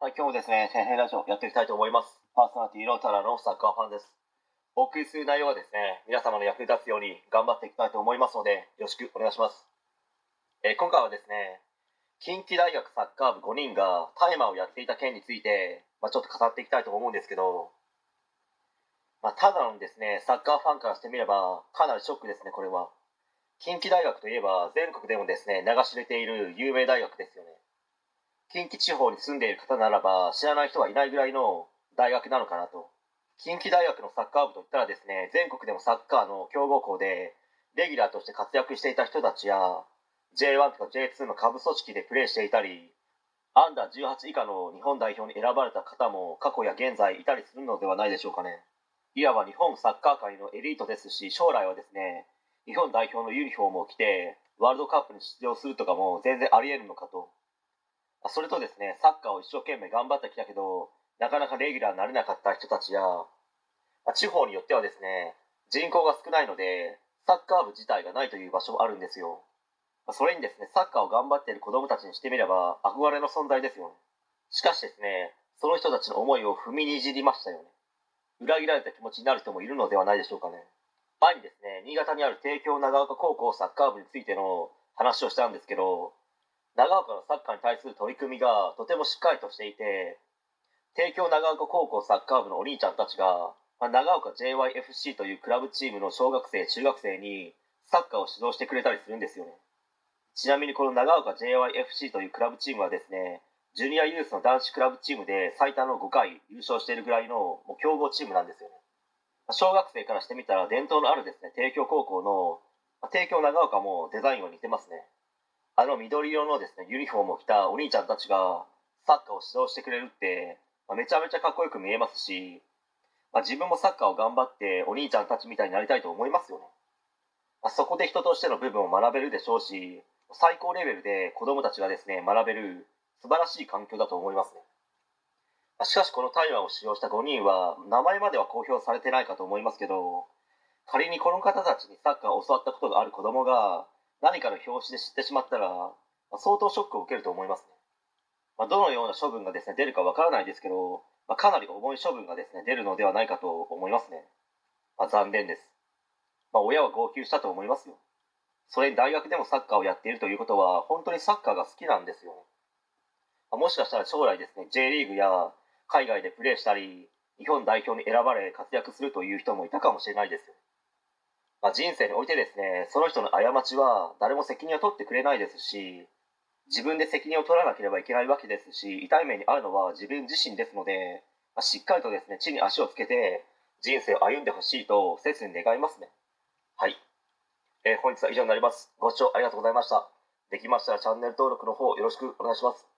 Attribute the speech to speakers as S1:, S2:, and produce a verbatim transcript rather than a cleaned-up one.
S1: はい、今日もですね、天変ラジオやっていきたいと思います。パーソナリティのただのサッカーファンです。お送りする内容はですね、皆様の役に立つように頑張っていきたいと思いますので、よろしくお願いします。えー今回はですね、近畿大学サッカー部ごにんが大麻をやっていた件について、まあ、ちょっと語っていきたいと思うんですけど、まあ、ただのですね、サッカーファンからしてみれば、かなりショックですね、これは。近畿大学といえば、全国でもですね、名が知れている有名大学ですよね。近畿地方に住んでいる方ならば知らない人はいないぐらいの大学なのかなと。近畿大学のサッカー部といったらですね、全国でもサッカーの強豪校でレギュラーとして活躍していた人たちや ジェイワン とか ジェイツー の下部組織でプレーしていたり、アンダーじゅうはち以下の日本代表に選ばれた方も過去や現在いたりするのではないでしょうかね。いわば日本サッカー界のエリートですし、将来はですね、日本代表のユニフォームを着てワールドカップに出場するとかも全然あり得るのかと。それとですね、サッカーを一生懸命頑張ってきたけど、なかなかレギュラーになれなかった人たちや、地方によってはですね、人口が少ないので、サッカー部自体がないという場所もあるんですよ。それにですね、サッカーを頑張っている子供たちにしてみれば、憧れの存在ですよね。しかしですね、その人たちの思いを踏みにじりましたよね。裏切られた気持ちになる人もいるのではないでしょうかね。前にですね、新潟にある帝京長岡高校サッカー部についての話をしたんですけど、長岡のサッカーに対する取り組みがとてもしっかりとしていて、帝京長岡高校サッカー部のお兄ちゃんたちが、まあ、長岡 ジェイワイエフシー というクラブチームの小学生中学生にサッカーを指導してくれたりするんですよね。ちなみにこの長岡 ジェイワイエフシー というクラブチームはですね、ジュニアユースの男子クラブチームで最多のごかい優勝しているぐらいのもう強豪チームなんですよね。小学生からしてみたら伝統のあるですね、帝京高校の、まあ帝京長岡もデザインは似てますね。あの緑色のですね、ユニフォームを着たお兄ちゃんたちがサッカーを指導してくれるって、まあ、めちゃめちゃかっこよく見えますし、まあ、自分もサッカーを頑張ってお兄ちゃんたちみたいになりたいと思いますよね。まあ、そこで人としての部分を学べるでしょうし、最高レベルで子供たちがですね、学べる素晴らしい環境だと思いますね。まあしかしこの大麻を使用したごにんは名前までは公表されてないかと思いますけど、仮にこの方たちにサッカーを教わったことがある子供が何かの表紙で知ってしまったら、まあ相当ショックを受けると思いますね。まあ、どのような処分がですね出るかわからないですけど、まあ、かなり重い処分がですね出るのではないかと思いますね。まあ、残念です。まあ、親は号泣したと思いますよ。それに大学でもサッカーをやっているということは本当にサッカーが好きなんですよね。まあ、もしかしたら将来ですね J リーグや海外でプレーしたり日本代表に選ばれ活躍するという人もいたかもしれないですよ。まあ、人生においてですね、その人の過ちは誰も責任を取ってくれないですし、自分で責任を取らなければいけないわけですし、痛い目に遭うのは自分自身ですので、まあ、しっかりとですね、地に足をつけて人生を歩んでほしいと切に願いますね。はい、えー本日は以上になります。ご視聴ありがとうございました。できましたらチャンネル登録の方よろしくお願いします。